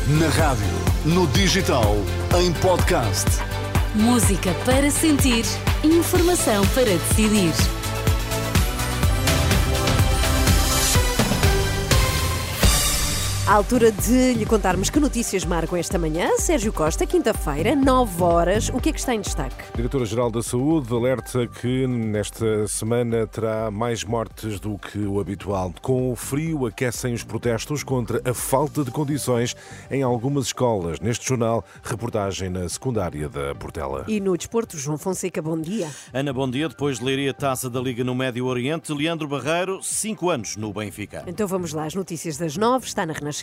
Na rádio, no digital, em podcast. Música para sentir, informação para decidir. À altura de lhe contarmos que notícias marcam esta manhã. Sérgio Costa, quinta-feira, 9 horas. O que é que está em destaque? A Diretora-Geral da Saúde alerta que nesta semana terá mais mortes do que o habitual. Com o frio, aquecem os protestos contra a falta de condições em algumas escolas. Neste jornal, reportagem na secundária da Portela. E no desporto, João Fonseca, bom dia. Ana, bom dia. Depois de Leiria Taça da Liga no Médio Oriente, Leandro Barreiro, 5 anos no Benfica. Então vamos lá, as notícias das 9, está na Renascença.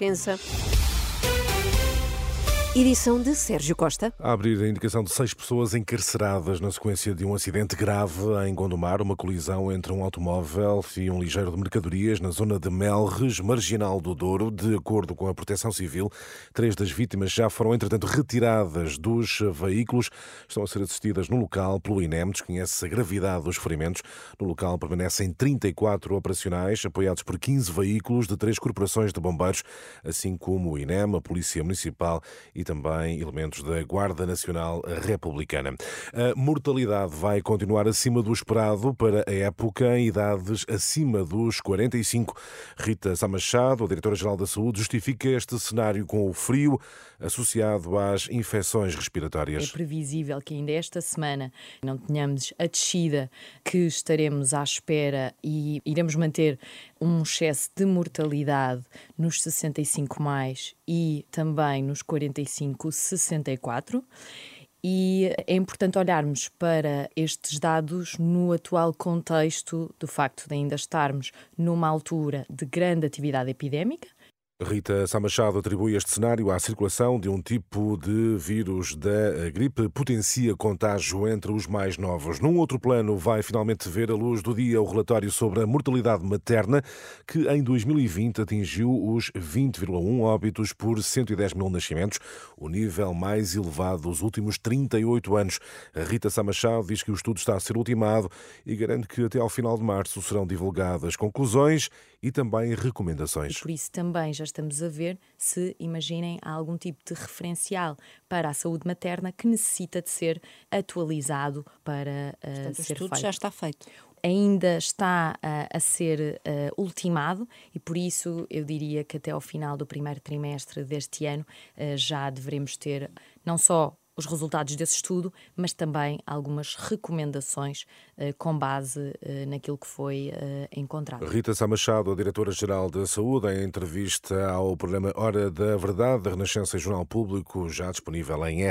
Edição de Sérgio Costa. A abrir a indicação de 6 pessoas encarceradas na sequência de um acidente grave em Gondomar, uma colisão entre um automóvel e um ligeiro de mercadorias na zona de Melres, Marginal do Douro. De acordo com a Proteção Civil, 3 das vítimas já foram, entretanto, retiradas dos veículos. Estão a ser assistidas no local pelo INEM, desconhece a gravidade dos ferimentos. No local permanecem 34 operacionais, apoiados por 15 veículos de 3 corporações de bombeiros, assim como o INEM, a Polícia Municipal e também elementos da Guarda Nacional Republicana. A mortalidade vai continuar acima do esperado para a época em idades acima dos 45. Rita Sá Machado, a Diretora-Geral da Saúde, justifica este cenário com o frio associado às infecções respiratórias. É previsível que ainda esta semana não tenhamos a descida que estaremos à espera e iremos manter um excesso de mortalidade nos 65 mais e também nos 45-64. E é importante olharmos para estes dados no atual contexto do facto de ainda estarmos numa altura de grande atividade epidémica. Rita Sá Machado atribui este cenário à circulação de um tipo de vírus da gripe, potencia contágio entre os mais novos. Num outro plano, vai finalmente ver a luz do dia o relatório sobre a mortalidade materna, que em 2020 atingiu os 20,1 óbitos por 110 mil nascimentos, o nível mais elevado dos últimos 38 anos. A Rita Sá Machado diz que o estudo está a ser ultimado e garante que até ao final de março serão divulgadas conclusões e também recomendações. E por isso também já estamos a ver se, imaginem, há algum tipo de referencial para a saúde materna que necessita de ser atualizado para Portanto, ser o estudo feito. já está feito. Ainda está a ser ultimado e por isso eu diria que até ao final do primeiro trimestre deste ano já devemos ter não só os resultados desse estudo, mas também algumas recomendações com base naquilo que foi encontrado. Rita Sá Machado, a Diretora-Geral da Saúde, em entrevista ao programa Hora da Verdade, da Renascença e Jornal Público, já disponível em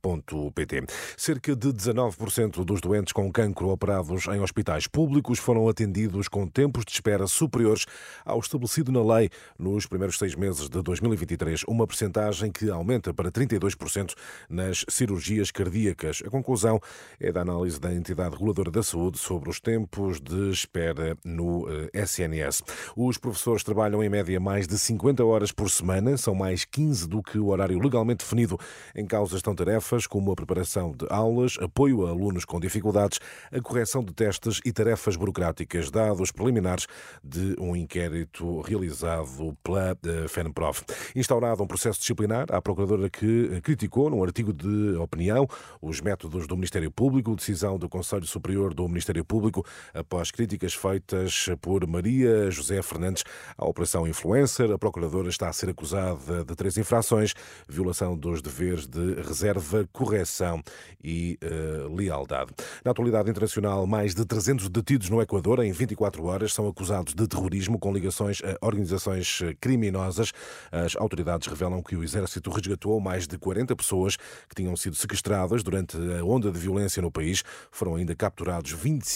rr.pt. Cerca de 19% dos doentes com cancro operados em hospitais públicos foram atendidos com tempos de espera superiores ao estabelecido na lei nos primeiros 6 meses de 2023, uma percentagem que aumenta para 32% nas cirurgias cardíacas. A conclusão é da análise da entidade reguladora da saúde sobre os tempos de espera no SNS. Os professores trabalham em média mais de 50 horas por semana, são mais 15 do que o horário legalmente definido. Em causa estão tarefas como a preparação de aulas, apoio a alunos com dificuldades, a correção de testes e tarefas burocráticas, dados preliminares de um inquérito realizado pela FENPROF. Instaurado um processo disciplinar, a procuradora que criticou num artigo de opinião os métodos do Ministério Público, decisão do Conselho Superior do Ministério Público, após críticas feitas por Maria José Fernandes à Operação Influencer. A procuradora está a ser acusada de 3 infrações: violação dos deveres de reserva, correção e lealdade. Na atualidade internacional, mais de 300 detidos no Equador em 24 horas são acusados de terrorismo com ligações a organizações criminosas. As autoridades revelam que o exército resgatou mais de 40 pessoas que tinham sido sequestradas durante a onda de violência no país. Foram ainda capturados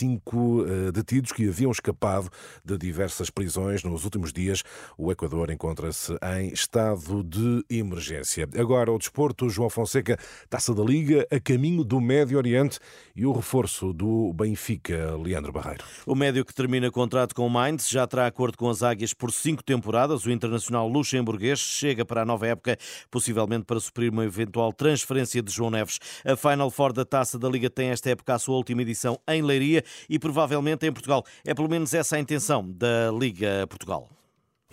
25 detidos que haviam escapado de diversas prisões nos últimos dias. O Equador encontra-se em estado de emergência. Agora o desporto, João Fonseca, Taça da Liga, a caminho do Médio Oriente e o reforço do Benfica, Leandro Barreiro. O médio que termina contrato com o Mainz já terá acordo com as Águias por 5 temporadas. O internacional luxemburguês chega para a nova época, possivelmente para suprir uma eventual transferência de João Neves. A Final Four da Taça da Liga tem esta época a sua última edição em Leiria e provavelmente em Portugal. É pelo menos essa a intenção da Liga Portugal.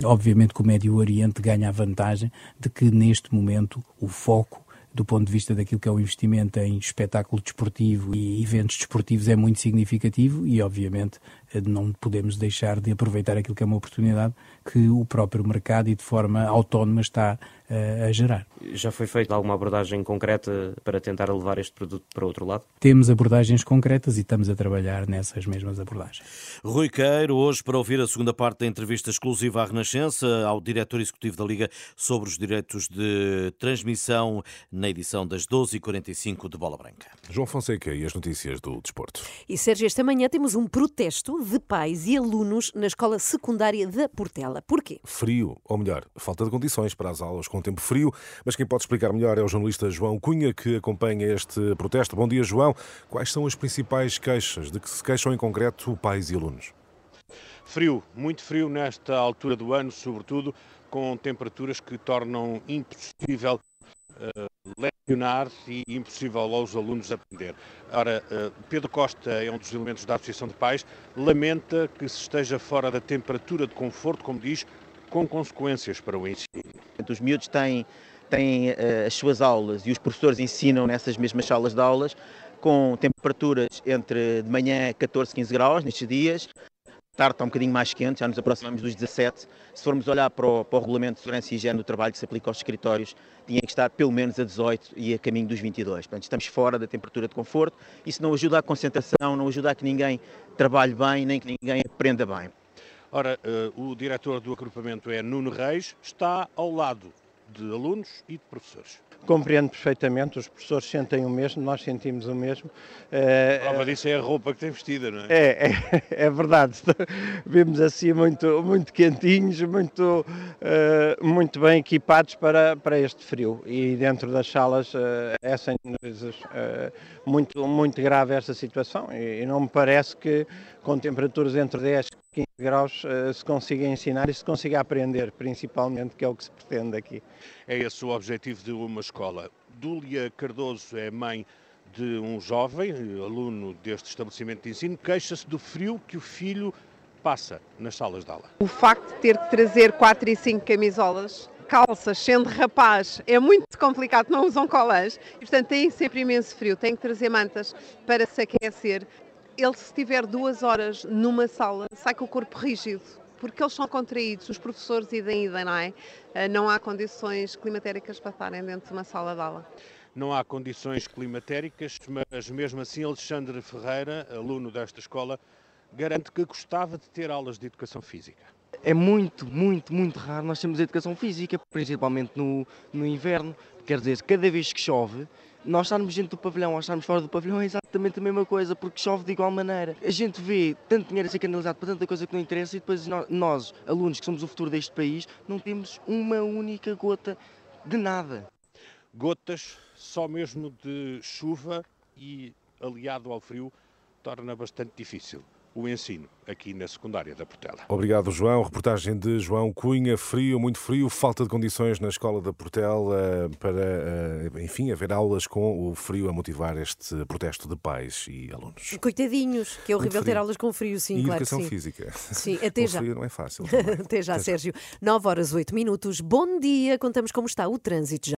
Obviamente que o Médio Oriente ganha a vantagem de que neste momento o foco do ponto de vista daquilo que é o investimento em espetáculo desportivo e eventos desportivos é muito significativo e, obviamente, não podemos deixar de aproveitar aquilo que é uma oportunidade que o próprio mercado e de forma autónoma está a gerar. Já foi feita alguma abordagem concreta para tentar levar este produto para outro lado? Temos abordagens concretas e estamos a trabalhar nessas mesmas abordagens. Rui Queiro, hoje para ouvir a segunda parte da entrevista exclusiva à Renascença, ao diretor executivo da Liga, sobre os direitos de transmissão na edição das 12h45 de Bola Branca. João Fonseca e as notícias do desporto. E Sérgio, esta manhã temos um protesto de pais e alunos na escola secundária da Portela. Porquê? Frio, ou melhor, falta de condições para as aulas com tempo frio, mas quem pode explicar melhor é o jornalista João Cunha, que acompanha este protesto. Bom dia, João. Quais são as principais queixas? De que se queixam em concreto pais e alunos? Frio, muito frio nesta altura do ano, sobretudo com temperaturas que tornam impossível lecionar e impossível aos alunos aprender. Ora, Pedro Costa é um dos elementos da Associação de Pais, lamenta que se esteja fora da temperatura de conforto, como diz, com consequências para o ensino. Os miúdos têm as suas aulas e os professores ensinam nessas mesmas salas de aulas com temperaturas entre de manhã 14, 15 graus nestes dias, tarde está um bocadinho mais quente, já nos aproximamos dos 17. Se formos olhar para o Regulamento de Segurança e Higiene do Trabalho que se aplica aos escritórios, tinha que estar pelo menos a 18 e a caminho dos 22. Portanto, estamos fora da temperatura de conforto. Isso não ajuda à concentração, não ajuda a que ninguém trabalhe bem, nem que ninguém aprenda bem. Ora, o diretor do agrupamento é Nuno Reis, está ao lado de alunos e de professores. Compreendo perfeitamente, os professores sentem o mesmo, nós sentimos o mesmo. A prova disso é a roupa que tem vestida, não é? É verdade, vimos assim muito quentinhos, muito bem equipados para este frio e dentro das salas é sem dúvidas muito grave esta situação e não me parece que com temperaturas entre 10 e 15 graus se consiga ensinar e se consiga aprender, principalmente, que é o que se pretende aqui. É esse o objetivo de uma escola. Dúlia Cardoso é mãe de um jovem, aluno deste estabelecimento de ensino, queixa-se do frio que o filho passa nas salas de aula. O facto de ter que trazer 4 e 5 camisolas, calças, sendo rapaz, é muito complicado, não usam colãs e, portanto, têm sempre imenso frio, têm que trazer mantas para se aquecer. Ele, se estiver 2 horas numa sala, sai com o corpo rígido, porque eles são contraídos, os professores idem, não é? Não há condições climatéricas para estarem dentro de uma sala de aula. Não há condições climatéricas, mas mesmo assim Alexandre Ferreira, aluno desta escola, garante que gostava de ter aulas de educação física. É muito raro nós termos educação física, principalmente no inverno. Quer dizer, cada vez que chove, nós estarmos dentro do pavilhão ou estarmos fora do pavilhão é exatamente a mesma coisa, porque chove de igual maneira. A gente vê tanto dinheiro a ser canalizado para tanta coisa que não interessa e depois nós, alunos que somos o futuro deste país, não temos uma única gota de nada. Gotas só mesmo de chuva e aliado ao frio torna bastante difícil o ensino aqui na secundária da Portela. Obrigado, João. Reportagem de João Cunha. Frio, muito frio, falta de condições na escola da Portela para, enfim, haver aulas com o frio a motivar este protesto de pais e alunos. Coitadinhos, que é horrível ter aulas com frio, sim, e claro educação que sim. física. Sim, até já. O frio não é fácil. Até já, Sérgio. 9h08. Bom dia, contamos como está o trânsito já.